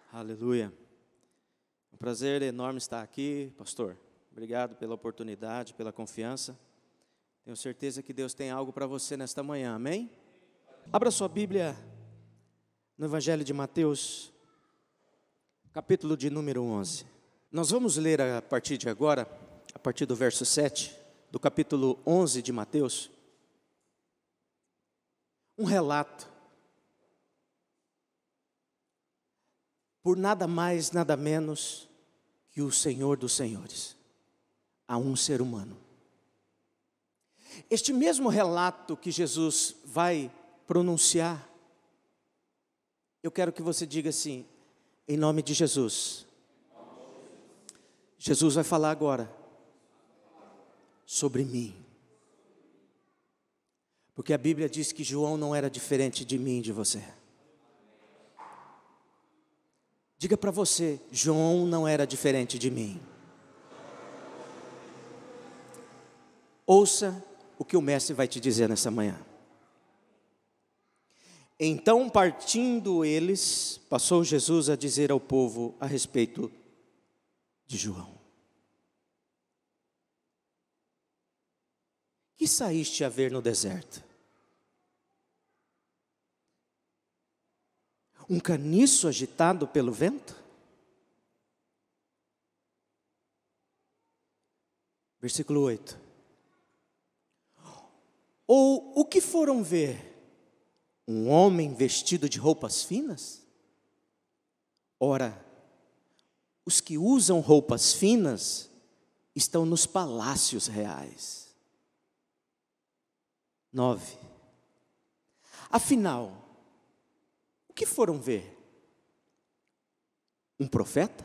Aleluia. É um prazer enorme estar aqui, pastor. Obrigado pela oportunidade, pela confiança. Tenho certeza que Deus tem algo para você nesta manhã, amém? Abra sua Bíblia no Evangelho de Mateus, capítulo de número 11. Nós vamos ler a partir de agora, a partir do verso 7, do capítulo 11 de Mateus, um relato por nada mais, nada menos que o Senhor dos Senhores, a um ser humano. Este mesmo relato que Jesus vai pronunciar, eu quero que você diga assim, em nome de Jesus. Jesus vai falar agora sobre mim. Porque a Bíblia diz que João não era diferente de mim e de você. Diga para você, João não era diferente de mim. Ouça o que o mestre vai te dizer nessa manhã. Então, partindo eles, passou Jesus a dizer ao povo a respeito de João. Que saíste a ver no deserto? Um caniço agitado pelo vento? Versículo 8. Ou o que foram ver? Um homem vestido de roupas finas? Ora, os que usam roupas finas estão nos palácios reais. 9. Afinal, o que foram ver? Um profeta?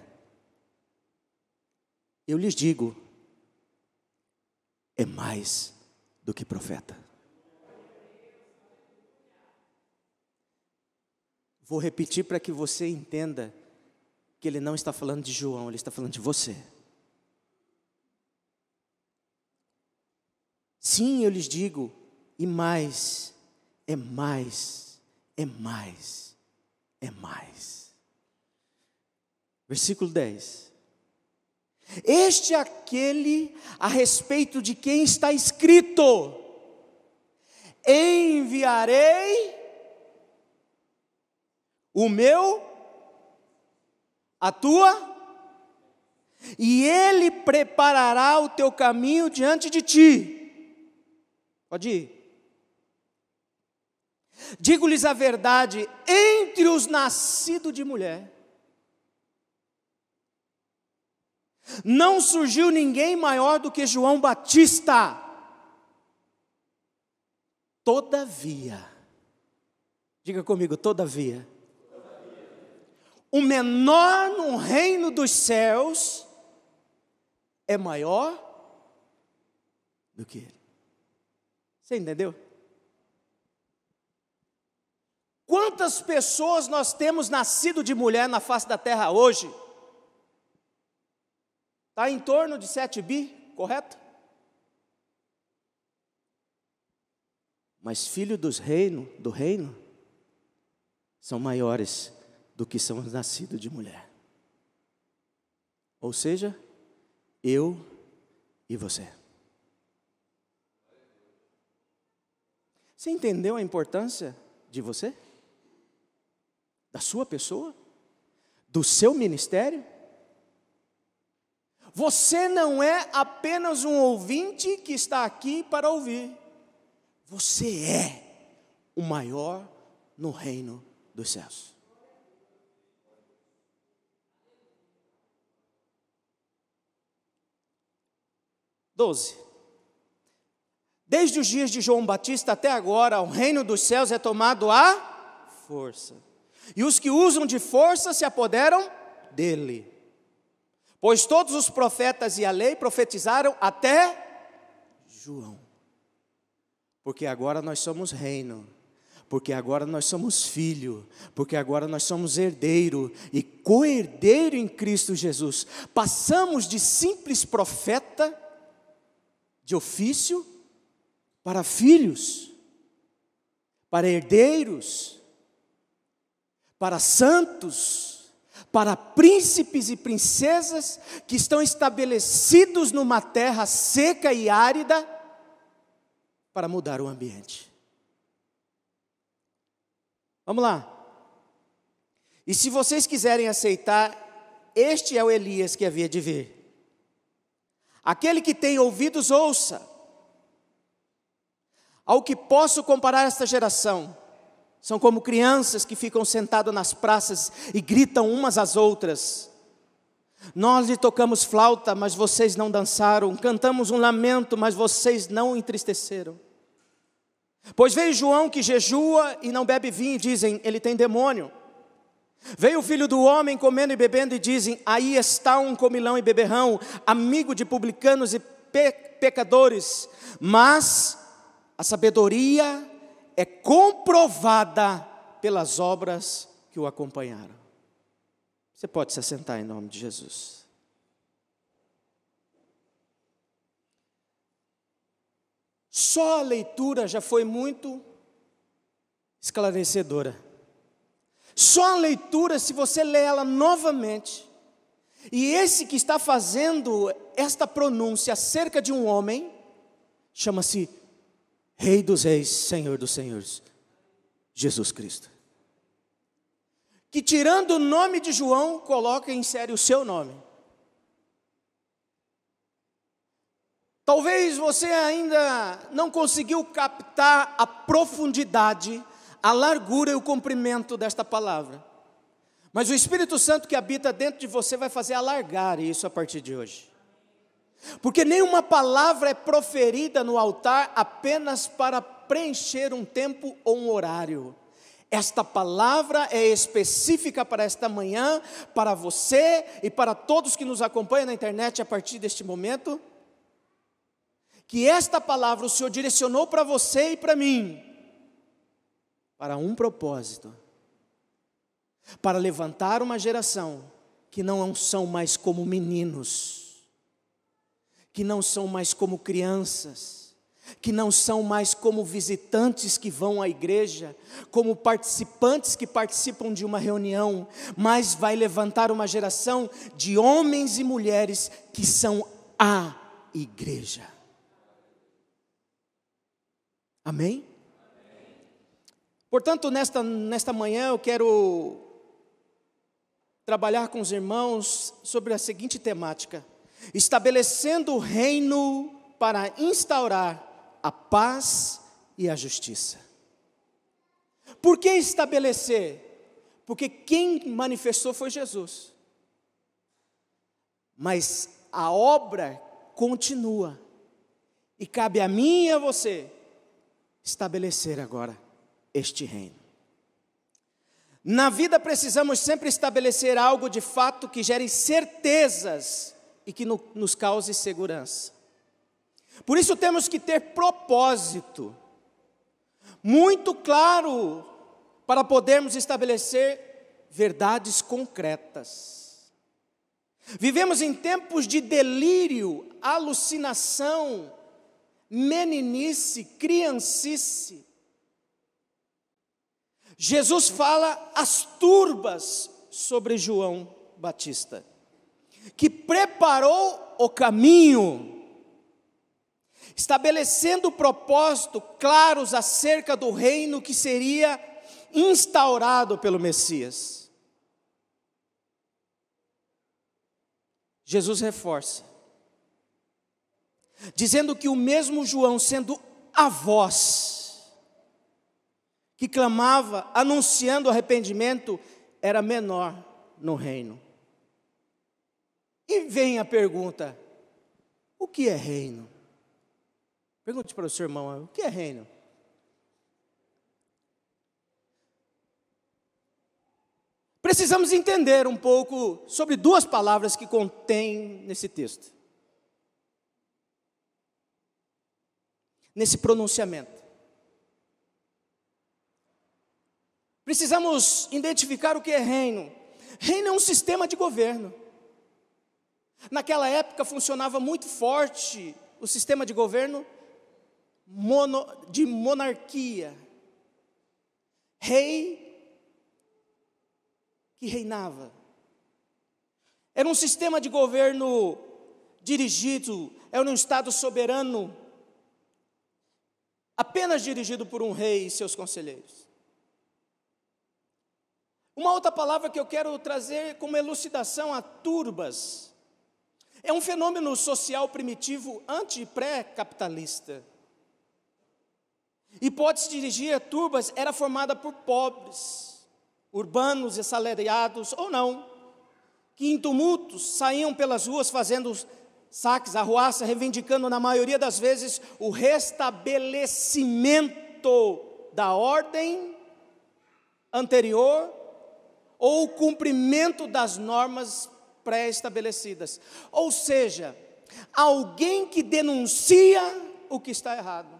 Eu lhes digo, é mais do que profeta. Vou repetir para que você entenda que ele não está falando de João, ele está falando de você. Sim, eu lhes digo, e mais, é mais, é mais, é mais. Versículo 10. Este é aquele a respeito de quem está escrito: enviarei o meu, a tua, e ele preparará o teu caminho diante de ti. Pode ir. Digo-lhes a verdade, entre os nascidos de mulher, não surgiu ninguém maior do que João Batista. Todavia, diga comigo, todavia, o menor no reino dos céus é maior do que ele. Você entendeu? Quantas pessoas nós temos nascido de mulher na face da terra hoje? Está em torno de 7 bi, correto? Mas filhos do reino, são maiores do que são os nascidos de mulher. Ou seja, eu e você. Você entendeu a importância de você? Da sua pessoa? Do seu ministério? Você não é apenas um ouvinte que está aqui para ouvir. Você é o maior no reino dos céus. Desde os dias de João Batista até agora, o reino dos céus é tomado à força. E os que usam de força se apoderam dele. Pois todos os profetas e a lei profetizaram até João. Porque agora nós somos reino. Porque agora nós somos filho. Porque agora nós somos herdeiro e co-herdeiro em Cristo Jesus. Passamos de simples profeta de ofício para filhos, para herdeiros, para santos, para príncipes e princesas que estão estabelecidos numa terra seca e árida, para mudar o ambiente. Vamos lá. E se vocês quiserem aceitar, este é o Elias que havia de vir. Aquele que tem ouvidos, ouça. Ao que posso comparar esta geração? São como crianças que ficam sentadas nas praças e gritam umas às outras. Nós lhe tocamos flauta, mas vocês não dançaram. Cantamos um lamento, mas vocês não entristeceram. Pois veio João que jejua e não bebe vinho, e dizem, ele tem demônio. Veio o filho do homem comendo e bebendo, e dizem, aí está um comilão e beberrão, amigo de publicanos e pecadores. Mas a sabedoria é comprovada pelas obras que o acompanharam. Você pode se assentar em nome de Jesus. Só a leitura já foi muito esclarecedora. Só a leitura, se você ler ela novamente, e esse que está fazendo esta pronúncia acerca de um homem, chama-se Rei dos Reis, Senhor dos Senhores, Jesus Cristo. Que tirando o nome de João, coloca em sério o seu nome. Talvez você ainda não conseguiu captar a profundidade, a largura e o comprimento desta palavra. Mas o Espírito Santo que habita dentro de você vai fazer alargar isso a partir de hoje. Porque nenhuma palavra é proferida no altar apenas para preencher um tempo ou um horário. Esta palavra é específica para esta manhã, para você e para todos que nos acompanham na internet a partir deste momento. Que esta palavra o Senhor direcionou para você e para mim, para um propósito. Para levantar uma geração que não são mais como meninos, que não são mais como crianças, que não são mais como visitantes que vão à igreja, como participantes que participam de uma reunião, mas vai levantar uma geração de homens e mulheres que são a igreja. Amém? Portanto, nesta manhã eu quero trabalhar com os irmãos sobre a seguinte temática: estabelecendo o reino para instaurar a paz e a justiça. Por que estabelecer? Porque quem manifestou foi Jesus. Mas a obra continua. E cabe a mim e a você estabelecer agora este reino. Na vida precisamos sempre estabelecer algo de fato que gere certezas e que nos cause segurança. Por isso temos que ter propósito muito claro para podermos estabelecer verdades concretas. Vivemos em tempos de delírio, alucinação, meninice, criancice. Jesus fala às turbas sobre João Batista, que preparou o caminho, estabelecendo propósitos claros acerca do reino que seria instaurado pelo Messias. Jesus reforça, dizendo que o mesmo João, sendo a voz que clamava, anunciando arrependimento, era menor no reino. E vem a pergunta: o que é reino? Pergunte para o seu irmão: o que é reino? Precisamos entender um pouco sobre duas palavras que contém nesse texto, nesse pronunciamento. Precisamos identificar o que é reino. Reino é um sistema de governo. Naquela época funcionava muito forte o sistema de governo de monarquia. Rei que reinava. Era um sistema de governo dirigido, era um Estado soberano, apenas dirigido por um rei e seus conselheiros. Uma outra palavra que eu quero trazer como elucidação a turbas, é um fenômeno social primitivo anti-pré-capitalista. E pode-se dirigir a turbas, era formada por pobres, urbanos, assalariados ou não, que em tumultos saíam pelas ruas fazendo saques, arruaça, reivindicando na maioria das vezes o restabelecimento da ordem anterior ou o cumprimento das normas pré-estabelecidas. Ou seja, alguém que denuncia o que está errado.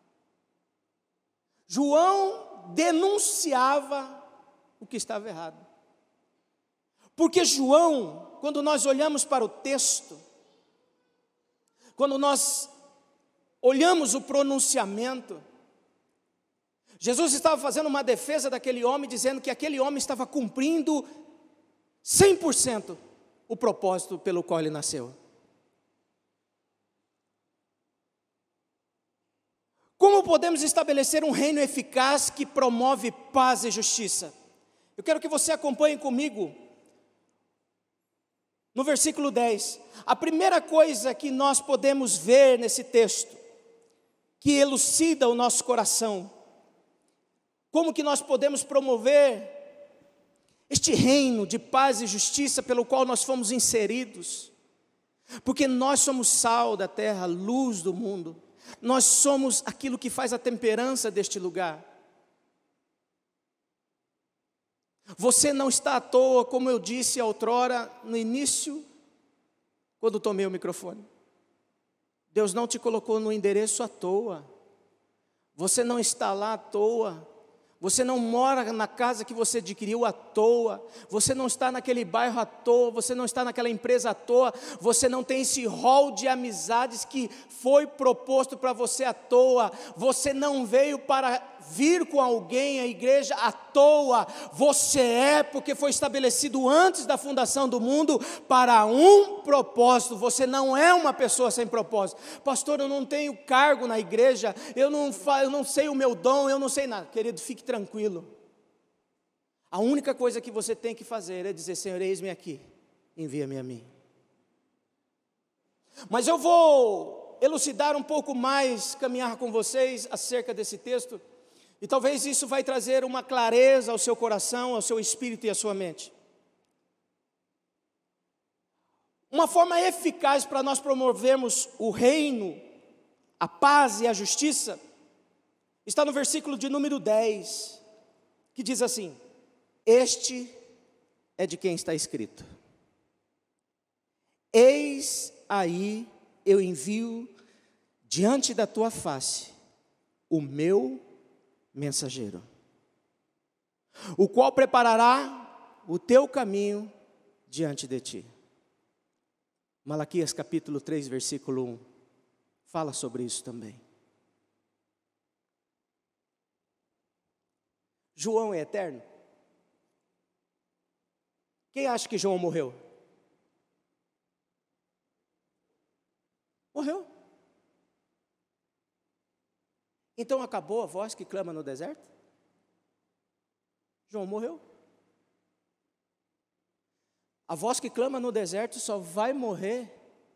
João denunciava o que estava errado. Porque João, quando nós olhamos para o texto, quando nós olhamos o pronunciamento, Jesus estava fazendo uma defesa daquele homem, dizendo que aquele homem estava cumprindo 100% o propósito pelo qual ele nasceu. Como podemos estabelecer um reino eficaz que promove paz e justiça? Eu quero que você acompanhe comigo no versículo 10. A primeira coisa que nós podemos ver nesse texto, que elucida o nosso coração, como que nós podemos promover este reino de paz e justiça pelo qual nós fomos inseridos, porque nós somos sal da terra, luz do mundo, nós somos aquilo que faz a temperança deste lugar. Você não está à toa, como eu disse outrora no início, quando tomei o microfone. Deus não te colocou no endereço à toa, você não está lá à toa. Você não mora na casa que você adquiriu à toa, você não está naquele bairro à toa, você não está naquela empresa à toa, você não tem esse rol de amizades que foi proposto para você à toa, você não veio para vir com alguém à igreja à toa, você é porque foi estabelecido antes da fundação do mundo para um propósito, você não é uma pessoa sem propósito. Pastor, eu não tenho cargo na igreja, eu não sei o meu dom, eu não sei nada. Querido, fique tranquilo. A única coisa que você tem que fazer é dizer: Senhor, eis-me aqui, envia-me a mim. Mas eu vou elucidar um pouco mais, caminhar com vocês acerca desse texto, e talvez isso vai trazer uma clareza ao seu coração, ao seu espírito e à sua mente. Uma forma eficaz para nós promovermos o reino, a paz e a justiça, está no versículo de número 10, que diz assim: este é de quem está escrito: eis aí eu envio diante da tua face o meu mensageiro, o qual preparará o teu caminho diante de ti. Malaquias capítulo 3, versículo 1, fala sobre isso também. João é eterno? Quem acha que João morreu? Morreu. Então acabou a voz que clama no deserto? João morreu. A voz que clama no deserto só vai morrer,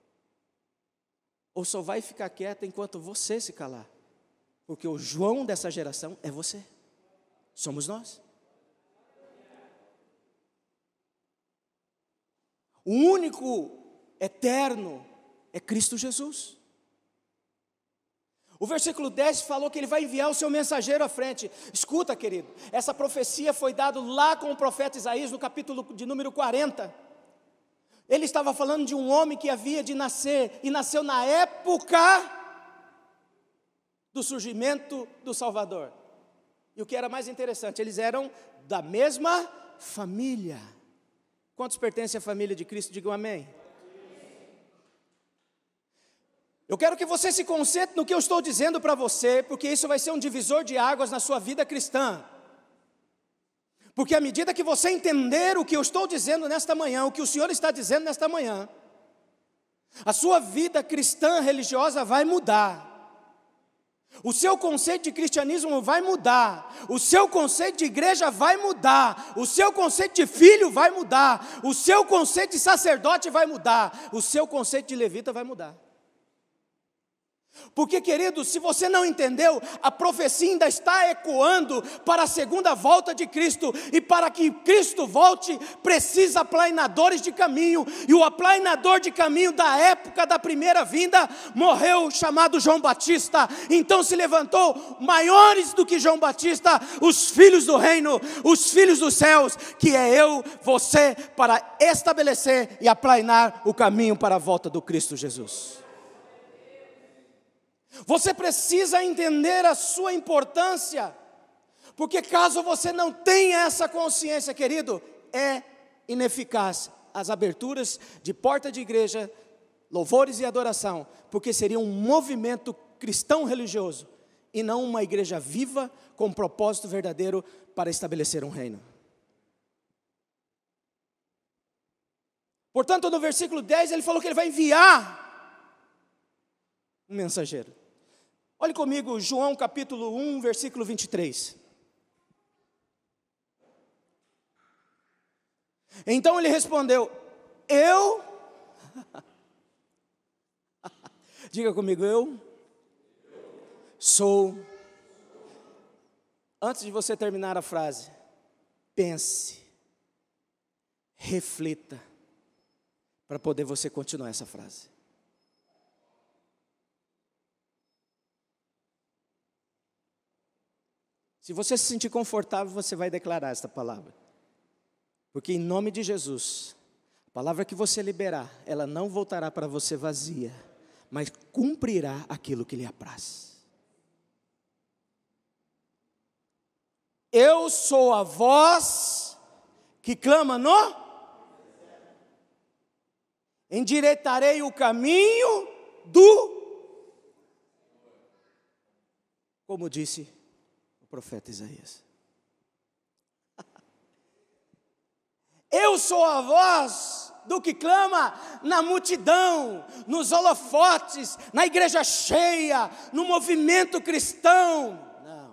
ou só vai ficar quieta enquanto você se calar. Porque o João dessa geração é você. Somos nós. O único eterno é Cristo Jesus. O versículo 10 falou que ele vai enviar o seu mensageiro à frente. Escuta, querido, essa profecia foi dada lá com o profeta Isaías no capítulo de número 40. Ele estava falando de um homem que havia de nascer, e nasceu na época do surgimento do Salvador. E o que era mais interessante, eles eram da mesma família. Quantos pertencem à família de Cristo? Digam amém. Eu quero que você se concentre no que eu estou dizendo para você, porque isso vai ser um divisor de águas na sua vida cristã. Porque à medida que você entender o que eu estou dizendo nesta manhã, o que o Senhor está dizendo nesta manhã, a sua vida cristã religiosa vai mudar. O seu conceito de cristianismo vai mudar, o seu conceito de igreja vai mudar, o seu conceito de filho vai mudar, o seu conceito de sacerdote vai mudar, o seu conceito de levita vai mudar. Porque, querido, se você não entendeu, a profecia ainda está ecoando para a segunda volta de Cristo, e para que Cristo volte, precisa aplainadores de caminho, e o aplainador de caminho da época da primeira vinda, morreu, chamado João Batista. Então se levantou maiores do que João Batista, os filhos do reino, os filhos dos céus, que é eu, você, para estabelecer e aplainar o caminho para a volta do Cristo Jesus. Você precisa entender a sua importância, porque caso você não tenha essa consciência, querido, é ineficaz as aberturas de porta de igreja, louvores e adoração, porque seria um movimento cristão religioso, e não uma igreja viva, com um propósito verdadeiro para estabelecer um reino. Portanto, no versículo 10, ele falou que ele vai enviar um mensageiro. Olhe comigo, João capítulo 1, versículo 23. Então ele respondeu, eu... Diga comigo, eu sou... Antes de você terminar a frase, pense, reflita, para poder você continuar essa frase. Se você se sentir confortável, você vai declarar esta palavra. Porque em nome de Jesus, a palavra que você liberar, ela não voltará para você vazia, mas cumprirá aquilo que lhe apraz. Eu sou a voz que clama no... Endireitarei o caminho do... Como disse profeta Isaías. Eu sou a voz do que clama na multidão, nos holofotes, na igreja cheia, no movimento cristão. Não.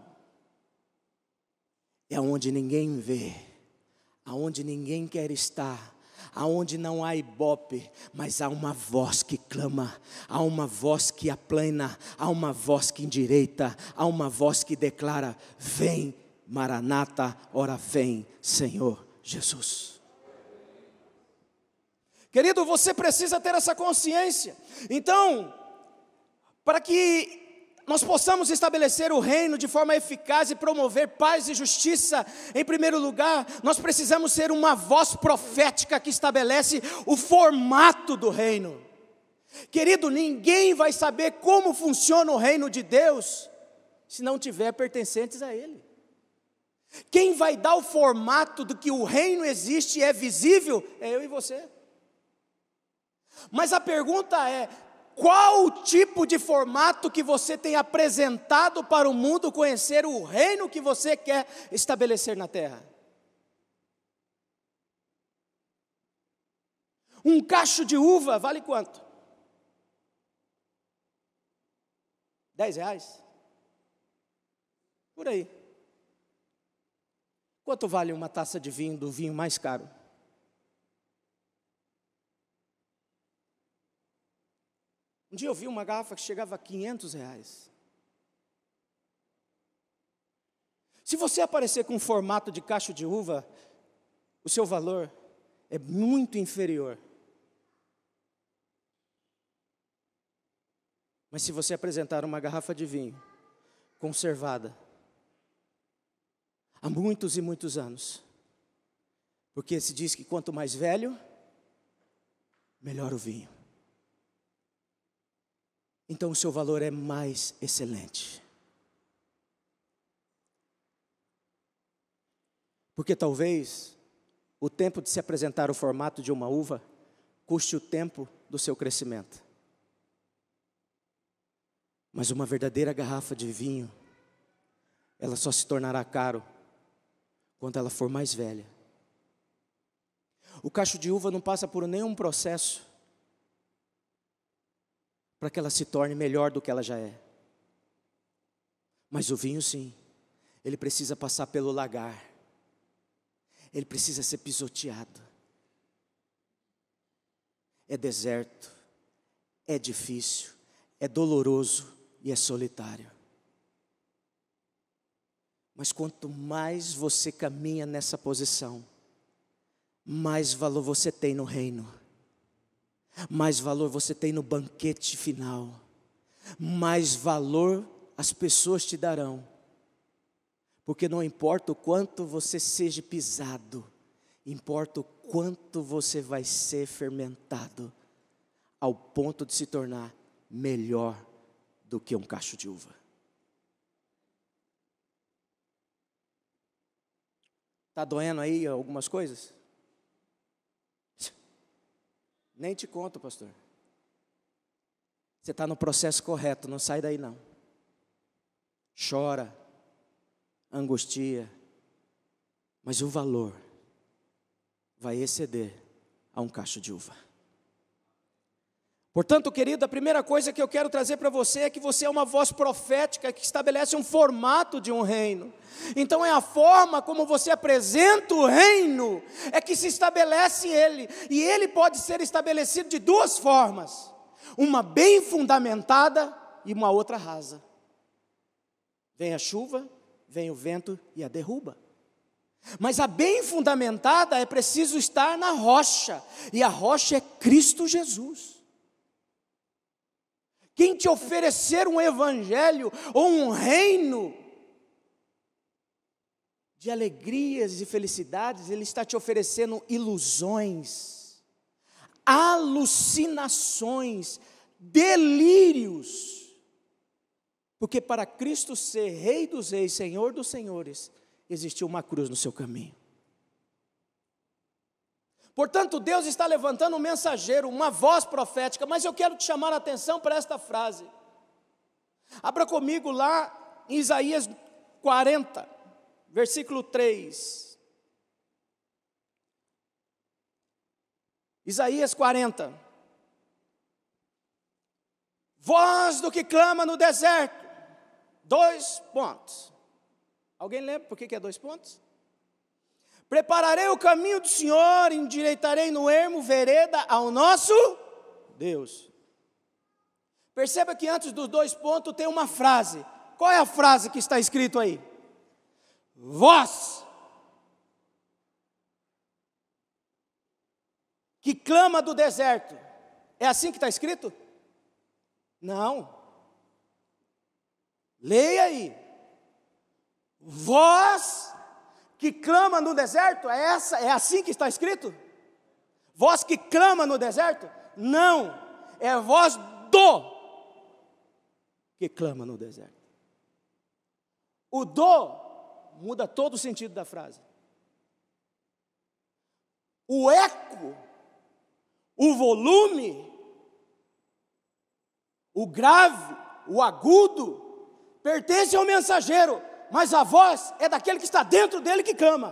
É onde ninguém vê, aonde ninguém quer estar, aonde não há ibope, mas há uma voz que clama, há uma voz que aplana, há uma voz que endireita, há uma voz que declara, vem Maranata, ora vem Senhor Jesus. Querido, você precisa ter essa consciência. Então, para que nós possamos estabelecer o reino de forma eficaz e promover paz e justiça, em primeiro lugar, nós precisamos ser uma voz profética que estabelece o formato do reino. Querido, ninguém vai saber como funciona o reino de Deus, se não tiver pertencentes a Ele. Quem vai dar o formato do que o reino existe e é visível, é eu e você. Mas a pergunta é, qual o tipo de formato que você tem apresentado para o mundo conhecer o reino que você quer estabelecer na terra? Um cacho de uva vale quanto? R$10? Por aí. Quanto vale uma taça de vinho, do vinho mais caro? Um dia eu vi uma garrafa que chegava a R$500. Se você aparecer com um formato de cacho de uva, o seu valor é muito inferior. Mas se você apresentar uma garrafa de vinho conservada há muitos e muitos anos, porque se diz que quanto mais velho, melhor o vinho. Então o seu valor é mais excelente. Porque talvez o tempo de se apresentar o formato de uma uva custe o tempo do seu crescimento. Mas uma verdadeira garrafa de vinho, ela só se tornará caro quando ela for mais velha. O cacho de uva não passa por nenhum processo para que ela se torne melhor do que ela já é. Mas o vinho sim, ele precisa passar pelo lagar, ele precisa ser pisoteado. É deserto, é difícil, é doloroso e é solitário. Mas quanto mais você caminha nessa posição, mais valor você tem no reino, mais valor você tem no banquete final, mais valor as pessoas te darão, porque não importa o quanto você seja pisado, importa o quanto você vai ser fermentado, ao ponto de se tornar melhor do que um cacho de uva. Está doendo aí algumas coisas? Nem te conto, pastor. Você está no processo correto, não sai daí não. Chora, angustia, mas o valor vai exceder a um cacho de uva. Portanto, querido, a primeira coisa que eu quero trazer para você é que você é uma voz profética que estabelece um formato de um reino. Então é a forma como você apresenta o reino é que se estabelece ele. E ele pode ser estabelecido de duas formas: uma bem fundamentada e uma outra rasa. Vem a chuva, vem o vento e a derruba. Mas a bem fundamentada é preciso estar na rocha, e a rocha é Cristo Jesus. Quem te oferecer um evangelho ou um reino de alegrias e felicidades, ele está te oferecendo ilusões, alucinações, delírios. Porque para Cristo ser Rei dos Reis, Senhor dos Senhores, existiu uma cruz no seu caminho. Portanto, Deus está levantando um mensageiro, uma voz profética, mas eu quero te chamar a atenção para esta frase. Abra comigo lá em Isaías 40, versículo 3. Isaías 40. Voz do que clama no deserto. 2 pontos. Alguém lembra por que é 2 pontos? Prepararei o caminho do Senhor, endireitarei no ermo vereda ao nosso Deus. Perceba que antes dos 2 pontos tem uma frase. Qual é a frase que está escrito aí? Voz que clama do deserto. É assim que está escrito? Não. Leia aí. Voz que clama no deserto, é assim que está escrito? Voz que clama no deserto? Não, é a voz do que clama no deserto. O do muda todo o sentido da frase. O eco, o volume, o grave, o agudo, pertence ao mensageiro, mas a voz é daquele que está dentro dele que clama.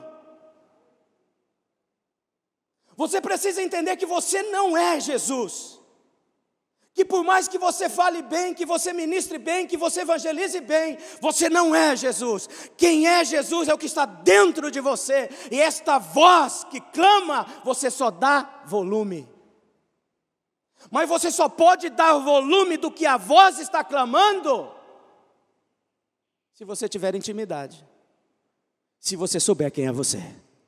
Você precisa entender que você não é Jesus. Que por mais que você fale bem, que você ministre bem, que você evangelize bem, você não é Jesus. Quem é Jesus é o que está dentro de você. E esta voz que clama, você só dá volume. Mas você só pode dar volume do que a voz está clamando se você tiver intimidade, se você souber quem é você.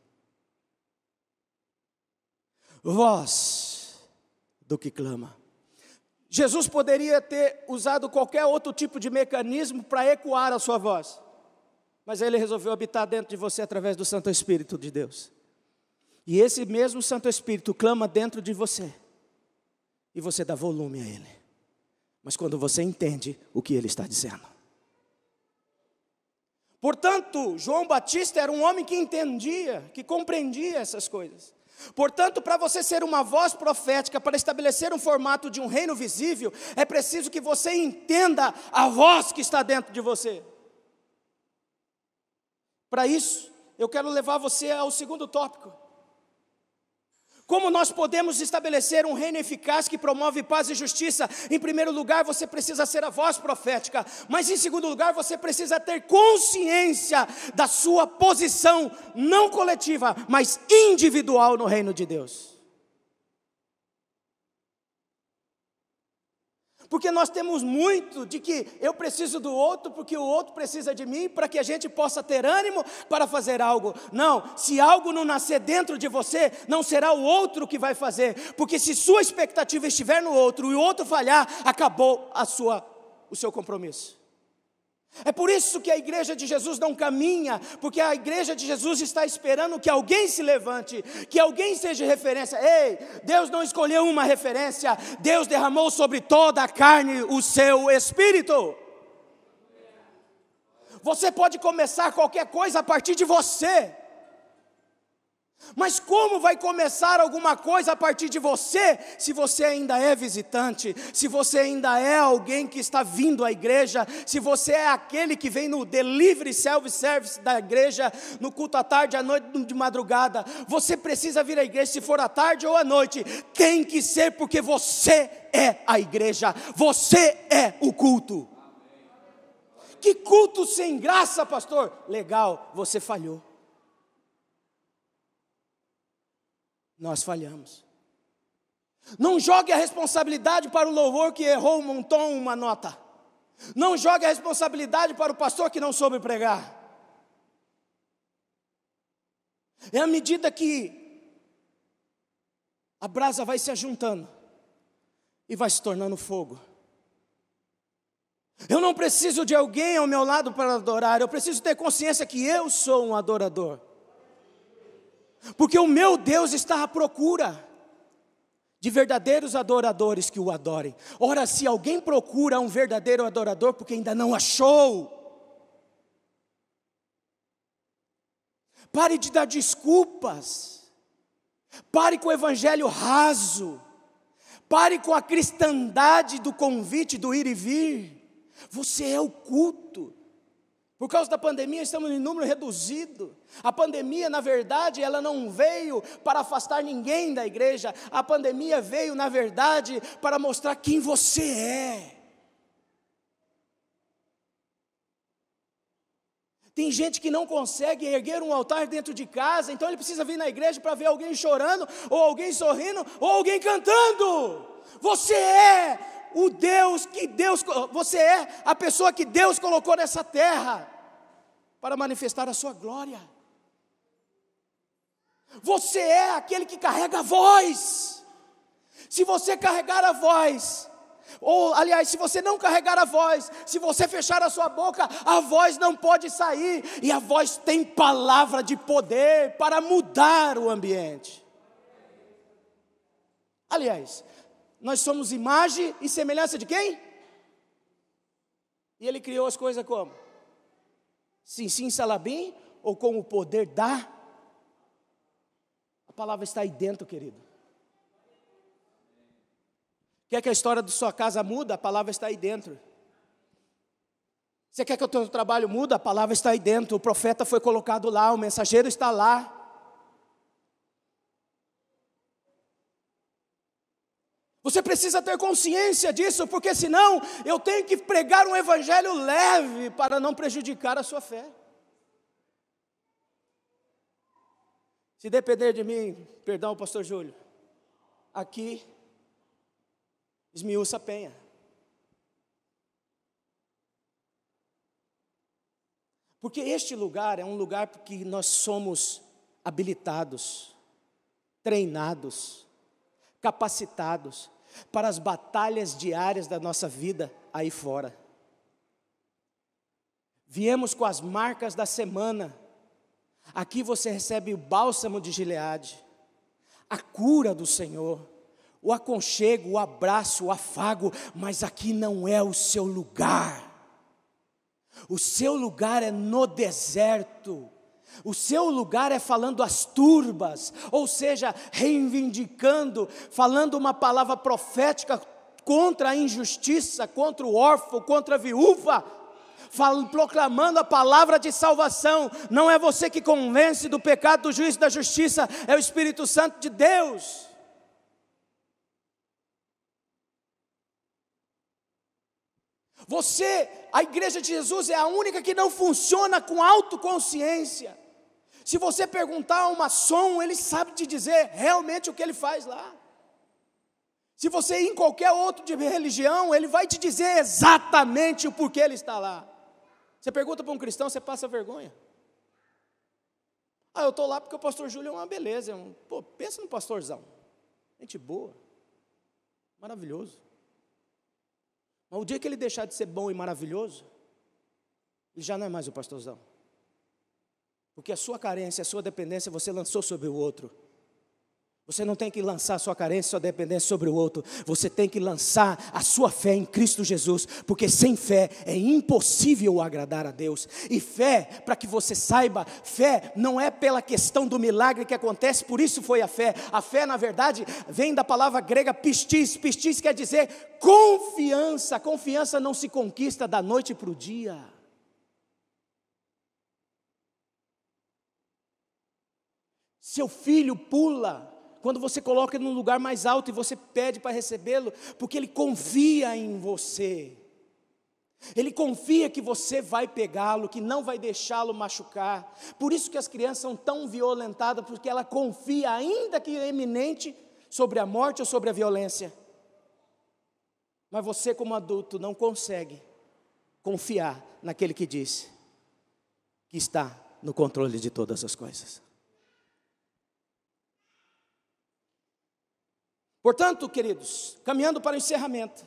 Voz do que clama. Jesus poderia ter usado qualquer outro tipo de mecanismo para ecoar a sua voz, mas ele resolveu habitar dentro de você através do Santo Espírito de Deus. E esse mesmo Santo Espírito clama dentro de você, e você dá volume a ele. Mas quando você entende o que ele está dizendo. Portanto, João Batista era um homem que entendia, que compreendia essas coisas. Portanto, para você ser uma voz profética, para estabelecer um formato de um reino visível, é preciso que você entenda a voz que está dentro de você. Para isso, eu quero levar você ao segundo tópico. Como nós podemos estabelecer um reino eficaz que promove paz e justiça? Em primeiro lugar, você precisa ser a voz profética, mas em segundo lugar, você precisa ter consciência da sua posição, não coletiva, mas individual no reino de Deus. Porque nós temos muito de que eu preciso do outro, porque o outro precisa de mim, para que a gente possa ter ânimo para fazer algo. Não, se algo não nascer dentro de você, não será o outro que vai fazer, porque se sua expectativa estiver no outro e o outro falhar, acabou o seu compromisso. É por isso que a igreja de Jesus não caminha, porque a igreja de Jesus está esperando que alguém se levante, que alguém seja referência. Ei, Deus não escolheu uma referência, Deus derramou sobre toda a carne o seu Espírito. Você pode começar qualquer coisa a partir de você, mas como vai começar alguma coisa a partir de você, se você ainda é visitante, se você ainda é alguém que está vindo à igreja, se você é aquele que vem no delivery self-service da igreja, no culto à tarde, à noite, de madrugada? Você precisa vir à igreja, se for à tarde ou à noite, tem que ser, porque você é a igreja, você é o culto. Que culto sem graça, pastor? Legal, você falhou. Nós falhamos. Não jogue a responsabilidade para o louvor que errou um tom, uma nota. Não jogue a responsabilidade para o pastor que não soube pregar. É à medida que a brasa vai se ajuntando e vai se tornando fogo. Eu não preciso de alguém ao meu lado para adorar, eu preciso ter consciência que eu sou um adorador. Porque o meu Deus está à procura de verdadeiros adoradores que o adorem. Ora, se alguém procura um verdadeiro adorador, porque ainda não achou, pare de dar desculpas, pare com o evangelho raso, pare com a cristandade do convite, do ir e vir. Você é o culto. Por causa da pandemia, estamos em número reduzido. A pandemia, na verdade, ela não veio para afastar ninguém da igreja. A pandemia veio, na verdade, para mostrar quem você é. Tem gente que não consegue erguer um altar dentro de casa, então ele precisa vir na igreja para ver alguém chorando, ou alguém sorrindo, ou alguém cantando. Você é o Deus que você é a pessoa que Deus colocou nessa terra para manifestar a sua glória. Você é aquele que carrega a voz. Se você carregar a voz, ou aliás, se você não carregar a voz, se você fechar a sua boca, a voz não pode sair, e a voz tem palavra de poder para mudar o ambiente. Aliás, nós somos imagem e semelhança de quem? E ele criou as coisas como? Sim, salabim, ou com o poder da? A palavra está aí dentro, querido. Quer que a história da sua casa muda? A palavra está aí dentro. Você quer que o teu trabalho muda? A palavra está aí dentro. O profeta foi colocado lá, o mensageiro está lá. Você precisa ter consciência disso, porque senão eu tenho que pregar um evangelho leve para não prejudicar a sua fé. Se depender de mim, perdão, pastor Júlio, aqui esmiuça a penha. Porque este lugar é um lugar que nós somos habilitados, treinados, capacitados para as batalhas diárias da nossa vida aí fora. Viemos com as marcas da semana. Aqui você recebe o bálsamo de Gileade, a cura do Senhor, o aconchego, o abraço, o afago, mas aqui não é o seu lugar. O seu lugar é no deserto. O seu lugar é falando as turbas, ou seja, reivindicando, falando uma palavra profética contra a injustiça, contra o órfão, contra a viúva. proclamando a palavra de salvação. Não é você que convence do pecado, do juízo e da justiça, é o Espírito Santo de Deus. A igreja de Jesus é a única que não funciona com autoconsciência. Se você perguntar a um maçom, ele sabe te dizer realmente o que ele faz lá. Se você ir em qualquer outro de religião, ele vai te dizer exatamente o porquê ele está lá. Você pergunta para um cristão, você passa vergonha. Eu estou lá porque o pastor Júlio é uma beleza. Pensa no pastorzão. Gente boa. Maravilhoso. Mas o dia que ele deixar de ser bom e maravilhoso, ele já não é mais o pastorzão. Porque a sua carência, a sua dependência, você lançou sobre o outro. Você não tem que lançar a sua carência, a sua dependência sobre o outro. Você tem que lançar a sua fé em Cristo Jesus. Porque sem fé é impossível agradar a Deus. E fé, para que você saiba, fé não é pela questão do milagre que acontece, por isso foi a fé. A fé, na verdade, vem da palavra grega pistis. Pistis quer dizer confiança. Confiança não se conquista da noite para o dia. Seu filho pula quando você coloca ele no lugar mais alto e você pede para recebê-lo, porque ele confia em você. Ele confia que você vai pegá-lo, que não vai deixá-lo machucar. Por isso que as crianças são tão violentadas, porque ela confia, ainda que eminente, sobre a morte ou sobre a violência. Mas você, como adulto, não consegue confiar naquele que disse que está no controle de todas as coisas. Portanto, queridos, caminhando para o encerramento,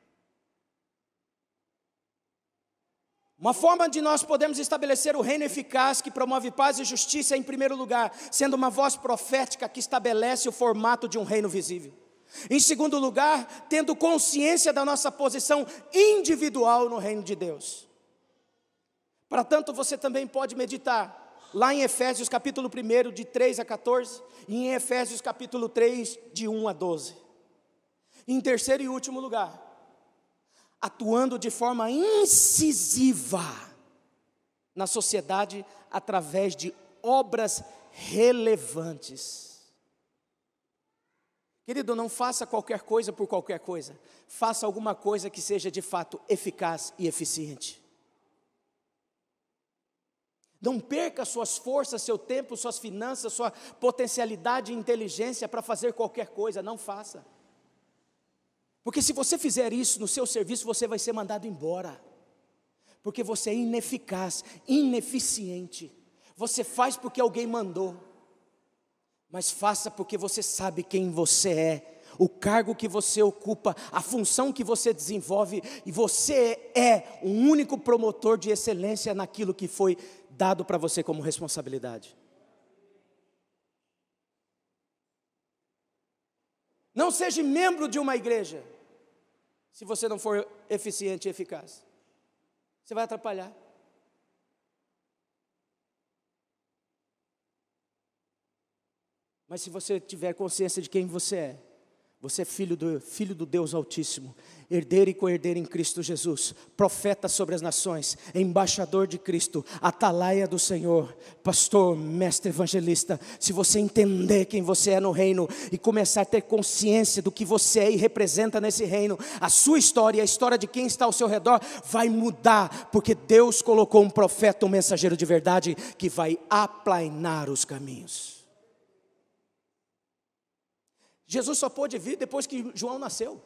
uma forma de nós podermos estabelecer o reino eficaz que promove paz e justiça é, em primeiro lugar, sendo uma voz profética que estabelece o formato de um reino visível. Em segundo lugar, tendo consciência da nossa posição individual no reino de Deus. Para tanto, você também pode meditar lá em Efésios capítulo 1, de 3 a 14, e em Efésios capítulo 3, de 1 a 12. Em terceiro e último lugar, atuando de forma incisiva na sociedade através de obras relevantes. Querido, não faça qualquer coisa por qualquer coisa. Faça alguma coisa que seja de fato eficaz e eficiente. Não perca suas forças, seu tempo, suas finanças, sua potencialidade e inteligência para fazer qualquer coisa. Não faça. Porque se você fizer isso no seu serviço, você vai ser mandado embora. Porque você é ineficaz, ineficiente. Você faz porque alguém mandou. Mas faça porque você sabe quem você é, o cargo que você ocupa, a função que você desenvolve, e você é o único promotor de excelência naquilo que foi dado para você como responsabilidade. Não seja membro de uma igreja se você não for eficiente e eficaz. Você vai atrapalhar. Mas se você tiver consciência de quem você é filho do Deus Altíssimo, herdeiro e co-herdeiro em Cristo Jesus, profeta sobre as nações, embaixador de Cristo, atalaia do Senhor, pastor, mestre evangelista. Se você entender quem você é no reino e começar a ter consciência do que você é e representa nesse reino, a sua história e a história de quem está ao seu redor vai mudar, porque Deus colocou um profeta, um mensageiro de verdade, que vai aplainar os caminhos. Jesus só pôde vir depois que João nasceu.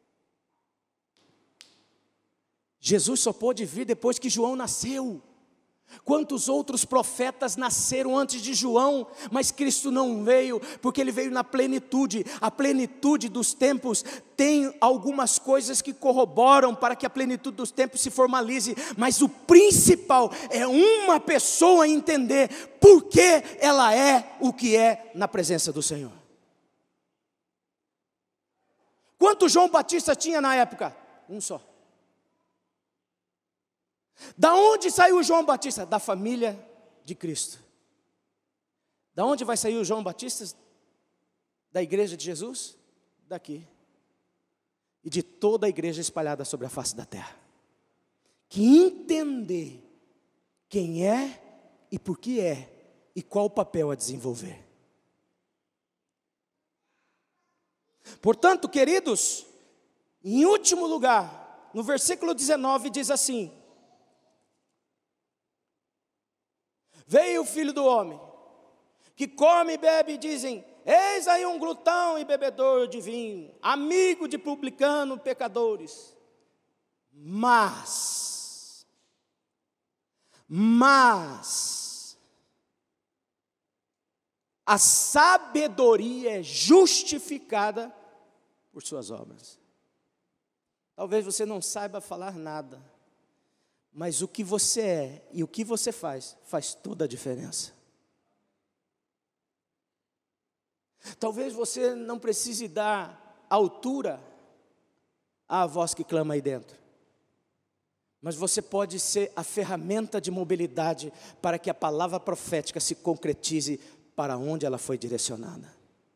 Jesus só pôde vir depois que João nasceu. Quantos outros profetas nasceram antes de João, mas Cristo não veio, porque Ele veio na plenitude. A plenitude dos tempos tem algumas coisas que corroboram para que a plenitude dos tempos se formalize, mas o principal é uma pessoa entender por que ela é o que é na presença do Senhor. Quantos João Batista tinha na época? Um só. Da onde saiu João Batista? Da família de Cristo. Da onde vai sair o João Batista? Da igreja de Jesus? Daqui. E de toda a igreja espalhada sobre a face da terra. que entender quem é e por que é e qual o papel a desenvolver. Portanto, queridos, em último lugar, no versículo 19 diz assim: veio o Filho do Homem, que come e bebe, e dizem: eis aí um glutão e bebedor de vinho, amigo de publicano, pecadores. Mas a sabedoria é justificada por suas obras. Talvez você não saiba falar nada, mas o que você é e o que você faz toda a diferença. Talvez você não precise dar altura à voz que clama aí dentro, mas você pode ser a ferramenta de mobilidade para que a palavra profética se concretize para onde ela foi direcionada.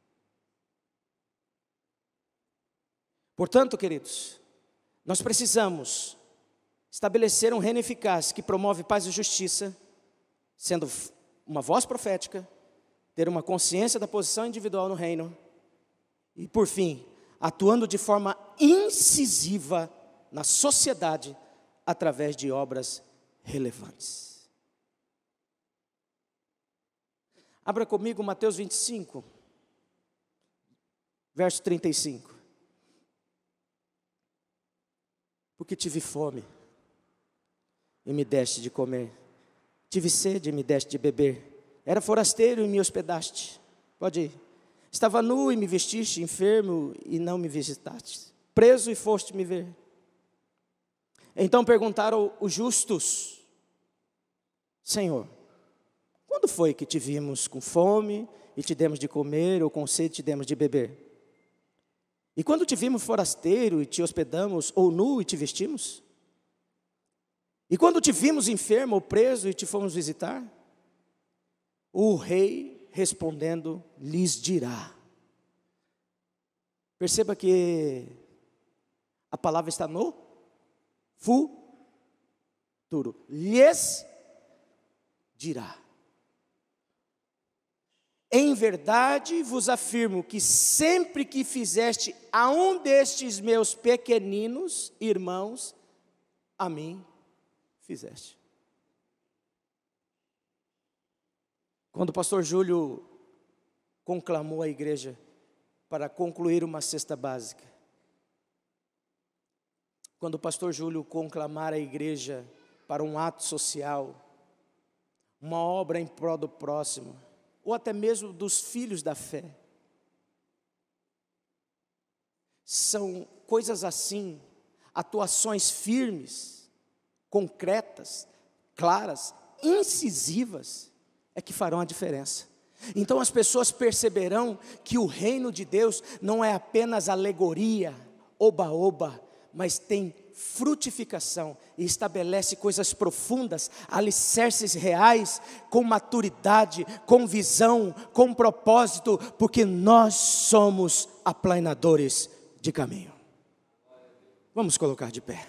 Portanto, queridos, nós precisamos estabelecer um reino eficaz que promove paz e justiça, sendo uma voz profética, ter uma consciência da posição individual no reino e, por fim, atuando de forma incisiva na sociedade através de obras relevantes. Abra comigo Mateus 25, verso 35. Porque tive fome e me deste de comer, tive sede e me deste de beber, era forasteiro e me hospedaste. Pode ir. Estava nu e me vestiste, enfermo e não me visitaste, preso e foste me ver. Então perguntaram os justos: Senhor, quando foi que te vimos com fome e te demos de comer, ou com sede te demos de beber? E quando te vimos forasteiro e te hospedamos, ou nu e te vestimos? E quando te vimos enfermo ou preso e te fomos visitar? O rei respondendo lhes dirá. Perceba que a palavra está no futuro. Lhes dirá. Em verdade vos afirmo que sempre que fizeste a um destes meus pequeninos irmãos, a mim fizeste. Quando o pastor Júlio conclamou a igreja para concluir uma cesta básica, quando o pastor Júlio conclamar a igreja para um ato social, uma obra em prol do próximo, ou até mesmo dos filhos da fé, são coisas assim, atuações firmes, concretas, claras, incisivas, é que farão a diferença. Então as pessoas perceberão que o reino de Deus não é apenas alegoria, oba-oba, mas tem frutificação e estabelece coisas profundas, alicerces reais, com maturidade, com visão, com propósito, porque nós somos aplanadores de caminho. Vamos colocar de pé.